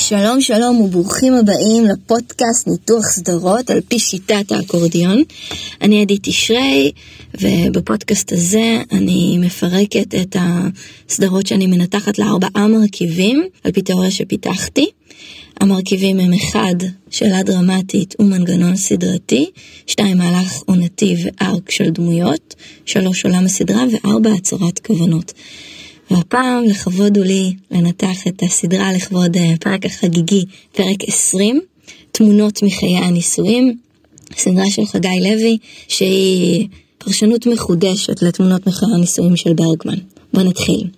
שלום שלום וברוכים הבאים לפודקאסט ניתוח סדרות על פי שיטת האקורדיון. אני עדי תשרי, ובפודקאסט הזה אני מפרקת את הסדרות שאני מנתחת לארבעה מרכיבים על פי תיאוריה שפיתחתי. המרכיבים הם 1, שאלה דרמטית ומנגנון סדרתי, 2, מהלך עונתי וארק של דמויות, 3, עולם הסדרה, ו4, הצהרת כוונות. והפעם לכבוד הוא לי לנתח את הסדרה לכבוד פרק החגיגי, פרק 20, תמונות מחיי הנישואים, סדרה של חגי לוי, שהיא פרשנות מחודשת לתמונות מחיי הנישואים של ברגמן. בוא נתחיל.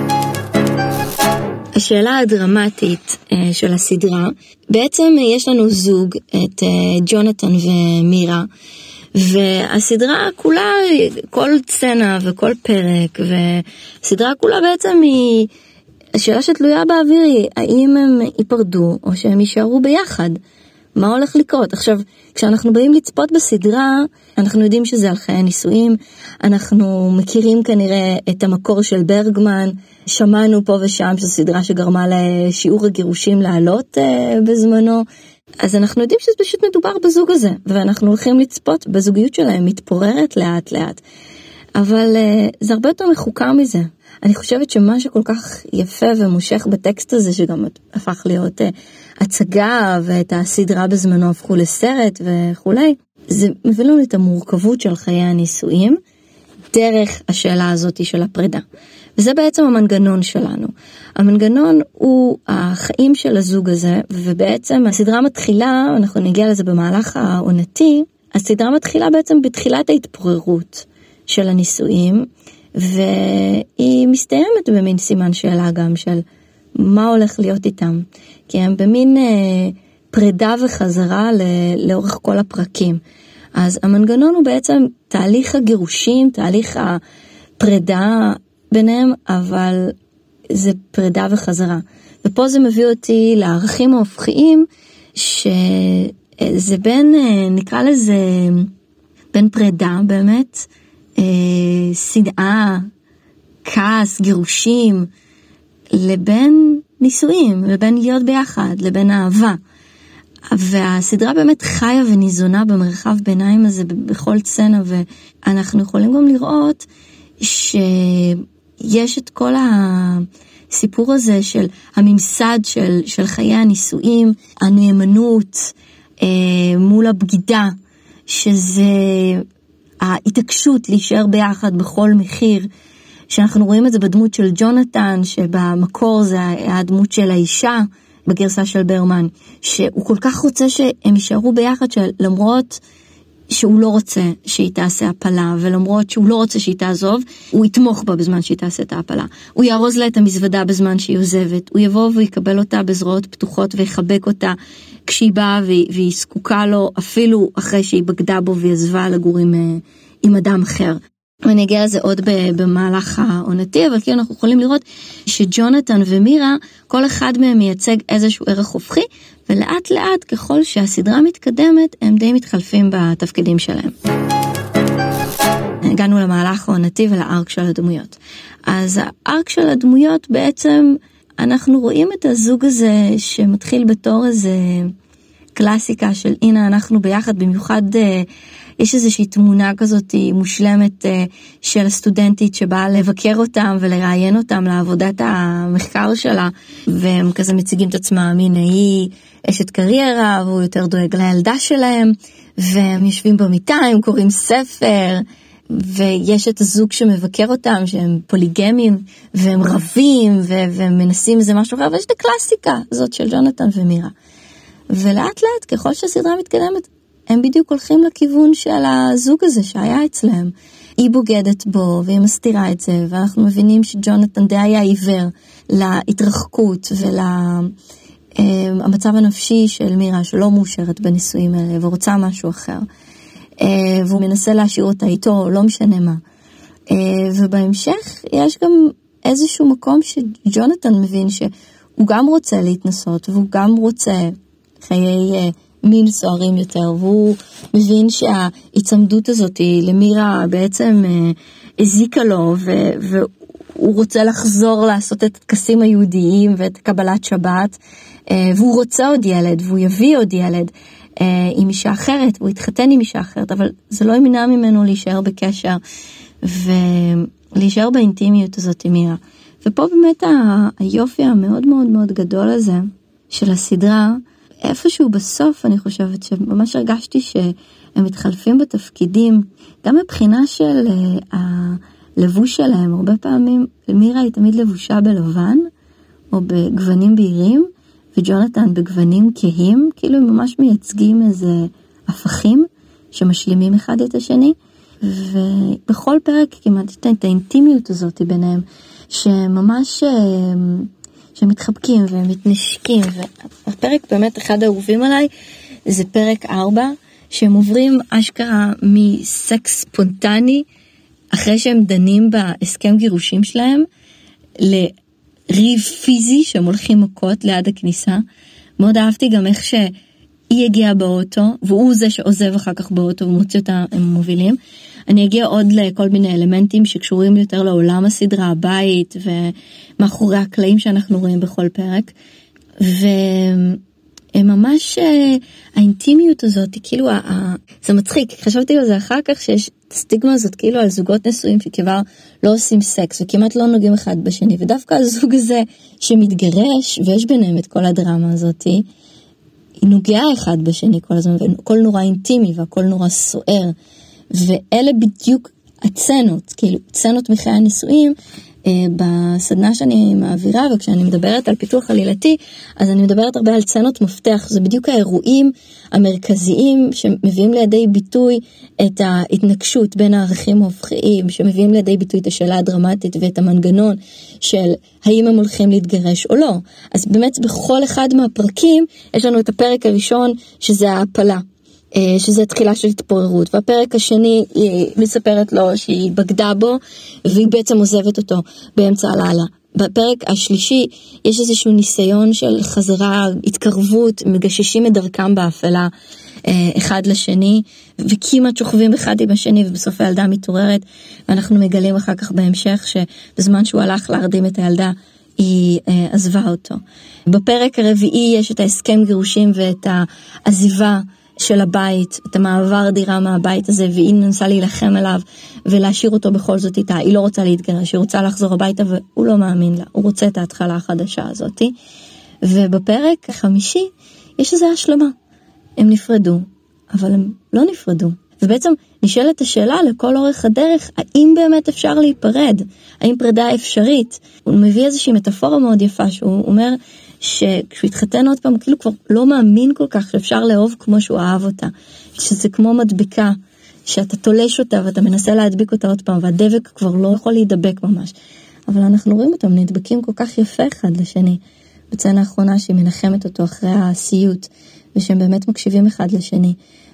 השאלה הדרמטית של הסדרה, בעצם יש לנו זוג, את ג'ונתן ומירה, והסדרה כולה, כל סצנה וכל פרק, והסדרה כולה בעצם היא, השאלה שתלויה באוויר היא, האם הם ייפרדו או שהם יישארו ביחד? מה הולך לקרות? עכשיו, כשאנחנו באים לצפות בסדרה, אנחנו יודעים שזה על חיי נישואים, אנחנו מכירים כנראה את המקור של ברגמן, שמענו פה ושם שזו סדרה שגרמה לשיעור הגירושים לעלות בזמנו, אז אנחנו יודעים שזה פשוט מדובר בזוג הזה, ואנחנו הולכים לצפות בזוגיות שלהם, מתפוררת לאט לאט. אבל זה הרבה יותר מחוקר מזה. אני חושבת שמה שכל כך יפה ומושך בטקסט הזה, שגם הפך להיות הצגה, ואת הסדרה בזמנו הפכו לסרט וכולי, זה מביא לנו את המורכבות של חיי הנישואים, דרך השאלה הזאת של הפרידה. וזה בעצם המנגנון שלנו. המנגנון הוא החיים של הזוג הזה, ובעצם הסדרה מתחילה, אנחנו נגיע לזה במהלך העונתי, הסדרה מתחילה בעצם בתחילת ההתפוררות של הנישואים, והיא מסתיימת במין סימן שאלה גם של מה הולך להיות איתם. כי הם במין פרידה וחזרה לאורך כל הפרקים. אז המנגנון הוא בעצם תהליך הגירושים, תהליך הפרידה ביניהם, אבל זה פרידה וחזרה. ופה זה מביא אותי לערכים ההופכיים, שזה בין, נקרא לזה, בין פרידה באמת, שנאה, כעס, גירושים, לבין נישואים, לבין להיות ביחד, לבין אהבה. והסדרה באמת חיה וניזונה במרחב ביניים הזה בכל סצנה, ואנחנו יכולים גם לראות שיש את כל הסיפור הזה של הממסד של חיי הנישואים, הנאמנות מול הבגידה, שזה ההתעקשות להישאר ביחד בכל מחיר, שאנחנו רואים את זה בדמות של ג'ונתן, שבמקור זה הדמות של האישה, בגרסה של ברמן, שהוא כל כך רוצה שהם יישארו ביחד, למרות שהוא לא רוצה שהיא תעשה הפלה, ולמרות שהוא לא רוצה שהיא תעזוב, הוא יתמוך בה בזמן שהיא תעשה את ההפלה. הוא יארוז לה את המזוודה בזמן שהיא עוזבת, הוא יבוא ויקבל אותה בזרועות פתוחות ויחבק אותה כשהיא באה והיא זקוקה לו, אפילו אחרי שהיא בגדה בו ועזבה לגור עם אדם אחר. ואני אגיע לזה עוד במהלך העונתי, אבל כאילו אנחנו יכולים לראות שג'ונתן ומירה, כל אחד מהם מייצג איזשהו ערך הופכי, ולאט לאט ככל שהסדרה מתקדמת, הם די מתחלפים בתפקידים שלהם. הגענו למהלך העונתי ולארק של הדמויות. אז הארק של הדמויות בעצם, אנחנו רואים את הזוג הזה שמתחיל בתור איזה קלאסיקה של הנה אנחנו ביחד, במיוחד יש איזושהי תמונה כזאת מושלמת של הסטודנטית שבאה לבקר אותם ולראיין אותם לעבודת המחקר שלה, והם כזה מציגים את עצמם, הנה היא אשת קריירה והוא יותר דואג לילדה שלהם, והם יושבים במיטה, הם קוראים ספר, ויש את הזוג שמבקר אותם שהם פוליגמים והם רבים והם מנסים איזה משהו אחר, ויש את הקלאסיקה הזאת של ג'ונתן ומירה. ולאט לאט ככל שהסדרה מתקדמת, הם בדיוק הולכים לכיוון של הזוג הזה שהיה אצלם. היא בוגדת בו והיא מסתירה את זה, ואנחנו מבינים שג'ונתן די היה עיוור להתרחקות ולמצב הנפשי של מירה שלא מאושרת בנישואים האלה ורוצה משהו אחר. והוא מנסה להשאיר אותה איתו, לא משנה מה. ובהמשך יש גם איזשהו מקום שג'ונתן מבין שהוא גם רוצה להתנסות והוא גם רוצה חיי מין סוערים יותר, והוא מבין שההצמדות הזאת למירה בעצם הזיקה לו, והוא רוצה לחזור לעשות את הטקסים היהודיים ואת קבלת שבת, והוא רוצה עוד ילד, והוא יביא עוד ילד עם אישה אחרת, והוא יתחתן עם אישה אחרת, אבל זה לא ימנע ממנו להישאר בקשר, ולהישאר באינטימיות הזאת עם מירה. ופה באמת היופי המאוד מאוד מאוד גדול הזה, של הסדרה, איפשהו בסוף אני חושבת שממש הרגשתי שהם מתחלפים בתפקידים, גם מבחינה של הלבוש שלהם, הרבה פעמים מירה היא תמיד לבושה בלבן, או בגוונים בהירים, וג'ונתן בגוונים כהים, כאילו הם ממש מייצגים איזה הפכים שמשלימים אחד את השני, ובכל פרק כמעט את האינטימיות הזאת ביניהם, שממש שמתחבקים ומתנשקים, והפרק באמת אחד האהובים עליי, זה פרק 4, שהם עוברים אשכרה מסקס ספונטני, אחרי שהם דנים בהסכם גירושים שלהם, לריב פיזי שהם הולכים מכות ליד הכניסה. מאוד אהבתי גם איך שהיא הגיעה באוטו, והוא זה שעוזב אחר כך באוטו ומוציא אותה, הם מובילים. אני אגיע עוד לכל מיני אלמנטים שקשורים יותר לעולם הסדרה, הבית ומאחורי הקלעים שאנחנו רואים בכל פרק. והם ממש, האינטימיות הזאת, כאילו, זה מצחיק, חשבתי על זה אחר כך שיש סטיגמה הזאת כאילו על זוגות נשואים שכבר לא עושים סקס וכמעט לא נוגעים אחד בשני, ודווקא הזוג הזה שמתגרש ויש ביניהם את כל הדרמה הזאת, היא נוגעה אחד בשני כל הזמן, והכל נורא אינטימי והכל נורא סוער, ואלה בדיוק הצנות, כאילו צנות מחיי הנישואים. בסדנה שאני מעבירה, וכשאני מדברת על פיתוח עלילתי, אז אני מדברת הרבה על צנות מפתח. זה בדיוק האירועים המרכזיים שמביאים לידי ביטוי את ההתנגשות בין הערכים ההופכיים, שמביאים לידי ביטוי את השאלה הדרמטית ואת המנגנון של האם הם הולכים להתגרש או לא. אז באמת בכל אחד מהפרקים יש לנו את הפרק הראשון שזה ההפלה, שזה תחילה של התפוררות, והפרק השני היא מספרת לו שהיא בגדה בו והיא בעצם עוזבת אותו באמצע הלילה. בפרק השלישי יש איזשהו ניסיון של חזרה, התקרבות, מגששים את דרכם באפלה אחד לשני, וכמעט שוכבים אחד עם השני, ובסוף הילדה מתעוררת, ואנחנו מגלים אחר כך בהמשך שבזמן שהוא הלך להרדים את הילדה היא עזבה אותו. בפרק הרביעי יש את ההסכם גירושים ואת העזיבה של הבית, את המעבר דירה מהבית הזה, והיא ננסה להילחם עליו ולהשאיר אותו בכל זאת איתה. היא לא רוצה להתגרש, היא רוצה לחזור הביתה והוא לא מאמין לה, הוא רוצה את ההתחלה החדשה הזאת. ובפרק החמישי יש איזו השלמה, הם נפרדו, אבל הם לא נפרדו, ובעצם נשאלת השאלה לכל אורך הדרך, האם באמת אפשר להיפרד, האם פרידה אפשרית. הוא מביא איזושהי מטאפורה מאוד יפה, שהוא אומר שכשהוא התחתן עוד פעם, כאילו כבר לא מאמין כל כך שאפשר לאהוב כמו שהוא אהב אותה, שזה כמו מדבקה, שאתה תולש אותה ואתה מנסה להדביק אותה עוד פעם, והדבק כבר לא יכול להידבק ממש. אבל אנחנו רואים אותם נדבקים כל כך יפה אחד לשני, בצנה האחרונה שהיא מנחמת אותו אחרי הסיוט, ושהם באמת מקשיבים אחד לשני,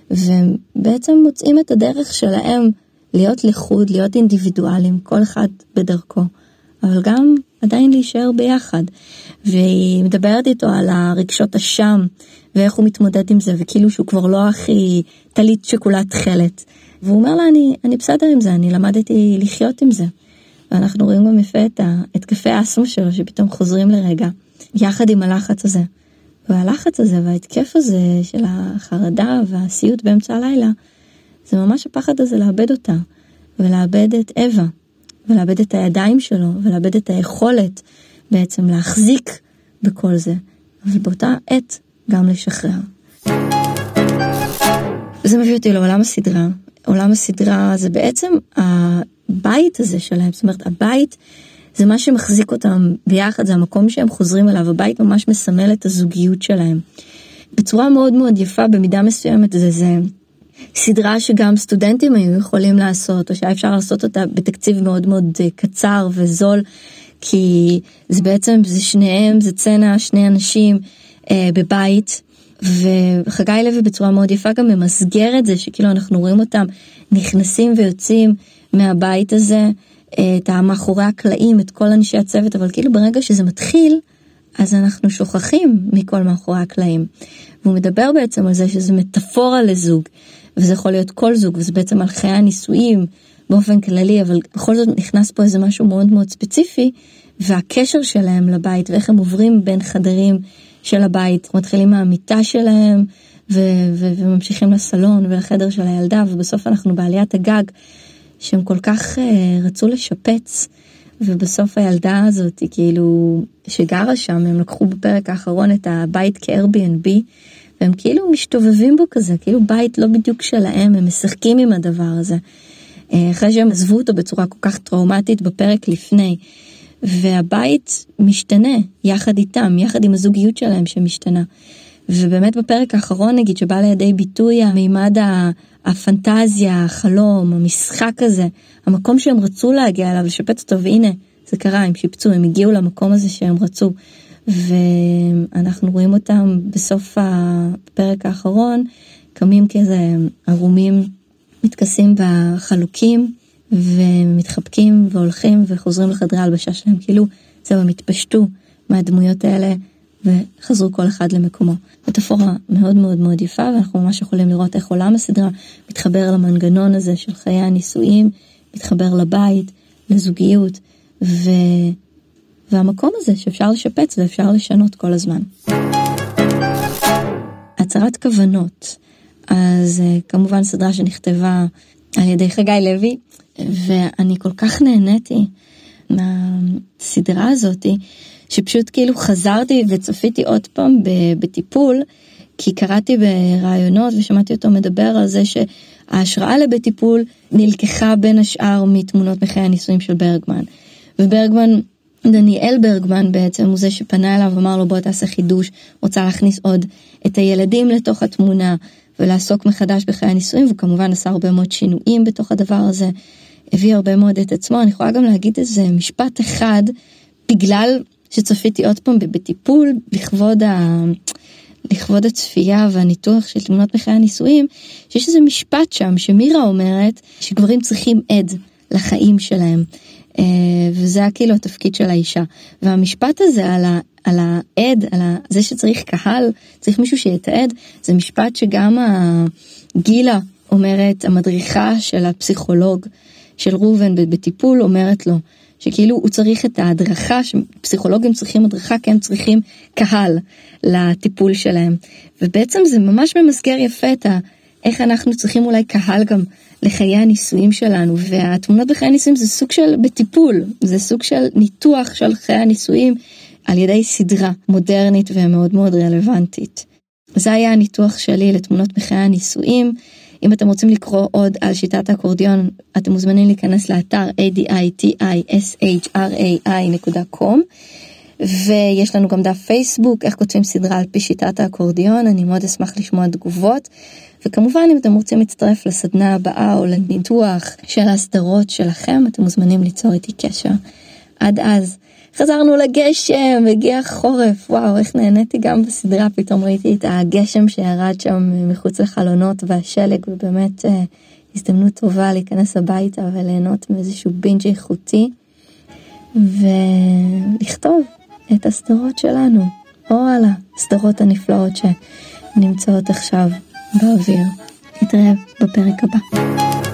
ובעצם מוצאים את הדרך שלהם להיות לחוד, להיות אינדיבידואלים, כל אחד בדרכו, אבל גם עדיין להישאר ביחד. והיא מדברת איתו על הרגשות אשם, ואיך הוא מתמודד עם זה, וכאילו שהוא כבר לא הכי טלית שכולה תחלת. והוא אומר לה, אני בסדר עם זה, אני למדתי לחיות עם זה. ואנחנו רואים גם יפה את התקפי האסמה שלו, שפתאום חוזרים לרגע, יחד עם הלחץ הזה. והלחץ הזה וההתקף הזה של החרדה והסיוט באמצע הלילה, זה ממש הפחד הזה לאבד אותה, ולאבד את אווה, ולאבד את הידיים שלו, ולאבד את היכולת בעצם להחזיק בכל זה, אבל באותה עת גם לשחרר. וזה מביא אותי לעולם הסדרה. עולם הסדרה זה בעצם הבית הזה שלהם, זאת אומרת הבית זה מה שמחזיק אותם ביחד, זה המקום שהם חוזרים אליו, הבית ממש מסמל את הזוגיות שלהם. בצורה מאוד מאוד יפה, במידה מסוימת, זה סדרה שגם סטודנטים היו יכולים לעשות, או שהיה אפשר לעשות אותה בתקציב מאוד מאוד קצר וזול, כי זה בעצם, זה שניהם, זה צנה, שני אנשים בבית, וחגי לוי בצורה מאוד יפה גם ממסגר את זה, שכאילו אנחנו רואים אותם נכנסים ויוצאים מהבית הזה, את המאחורי הקלעים, את כל אנשי הצוות, אבל כאילו ברגע שזה מתחיל, אז אנחנו שוכחים מכל מאחורי הקלעים. והוא מדבר בעצם על זה שזה מטאפורה לזוג, וזה יכול להיות כל זוג, וזה בעצם על חיי הנישואים באופן כללי, אבל בכל זאת נכנס פה איזה משהו מאוד מאוד ספציפי, והקשר שלהם לבית, ואיך הם עוברים בין חדרים של הבית, מתחילים מהמיטה שלהם, וממשיכים לסלון ולחדר של הילדה, ובסוף אנחנו בעליית הגג, שהם כל כך רצו לשפץ, ובסוף הילדה הזאת, כאילו, שגרה שם, הם לקחו בפרק האחרון את הבית כ-Airbnb, והם כאילו משתובבים בו כזה, כאילו בית לא בדיוק שלהם, הם משחקים עם הדבר הזה. אחרי שהם עזבו אותו בצורה כל כך טראומטית בפרק לפני, והבית משתנה יחד איתם, יחד עם הזוגיות שלהם שמשתנה. ובאמת בפרק האחרון נגיד שבא לידי ביטוי המימד הפנטזיה, החלום, המשחק הזה, המקום שהם רצו להגיע אליו, לשפץ אותו, והנה, זה קרה, הם שיפצו, הם הגיעו למקום הזה שהם רצו. ואנחנו רואים אותם בסוף הפרק האחרון, קמים כזה ערומים, מתכסים בחלוקים, ומתחבקים והולכים וחוזרים לחדרי ההלבשה שלהם, כאילו זהו, הם התפשטו מהדמויות האלה, וחזרו כל אחד למקומו. מטאפורה מאוד מאוד מאוד יפה, ואנחנו ממש יכולים לראות איך עולם הסדרה מתחבר למנגנון הזה של חיי הנישואים, מתחבר לבית, לזוגיות, והמקום הזה שאפשר לשפץ ואפשר לשנות כל הזמן. הצהרת כוונות, אז כמובן סדרה שנכתבה על ידי חגי לוי, ואני כל כך נהניתי מהסדרה הזאת, שפשוט כאילו חזרתי וצפיתי עוד פעם בטיפול, כי קראתי ברעיונות ושמעתי אותו מדבר על זה שההשראה לבטיפול נלקחה בין השאר מתמונות מחיי הנישואים של ברגמן. וברגמן, דניאל ברגמן בעצם הוא זה שפנה אליו ואמר לו בוא תעשה חידוש, רוצה להכניס עוד את הילדים לתוך התמונה ולעסוק מחדש בחיי הנישואים, וכמובן עשה הרבה מאוד שינויים בתוך הדבר הזה, הביא הרבה מאוד את עצמו. אני יכולה גם להגיד איזה משפט אחד, בגלל שצפיתי עוד פעם בטיפול, לכבוד הצפייה והניתוח של תמונות מחיי הנישואים, שיש איזה משפט שם שמירה אומרת שגברים צריכים עד לחיים שלהם, וזה היה כאילו התפקיד של האישה. והמשפט הזה על העד, על זה שצריך קהל, צריך מישהו שיתעד, זה משפט שגם גילה אומרת, המדריכה של הפסיכולוג של רובן בטיפול אומרת לו, שכאילו הוא צריך את ההדרכה, שפסיכולוגים צריכים הדרכה, כי הם צריכים קהל לטיפול שלהם. ובעצם זה ממש ממסגר יפה את איך אנחנו צריכים אולי קהל גם לחיי הנישואים שלנו, והתמונות בחיי הנישואים זה סוג של בטיפול, זה סוג של ניתוח של חיי הנישואים על ידי סדרה מודרנית ומאוד מאוד רלוונטית. זה היה הניתוח שלי לתמונות בחיי הנישואים. אם אתם רוצים לקרוא עוד על שיטת האקורדיון, אתם מוזמנים להיכנס לאתר aditishrai.com, ויש לנו גם דף פייסבוק, איך כותבים סדרה על פי שיטת האקורדיון, אני מאוד אשמח לשמוע תגובות, וכמובן אם אתם רוצים להצטרף לסדנה הבאה או לניתוח של הסדרות שלכם, אתם מוזמנים ליצור איתי קשר. עד אז, חזרנו לגשם, הגיע חורף, וואו, איך נהניתי גם בסדרה, פתאום ראיתי את הגשם שירד שם מחוץ לחלונות והשלג, ובאמת הזדמנות טובה להיכנס הביתה וליהנות מאיזשהו בינג' איכותי, ולכתוב את הסדרות שלנו, או על הסדרות הנפלאות שנמצאות עכשיו באוויר. נתראה בפרק הבא.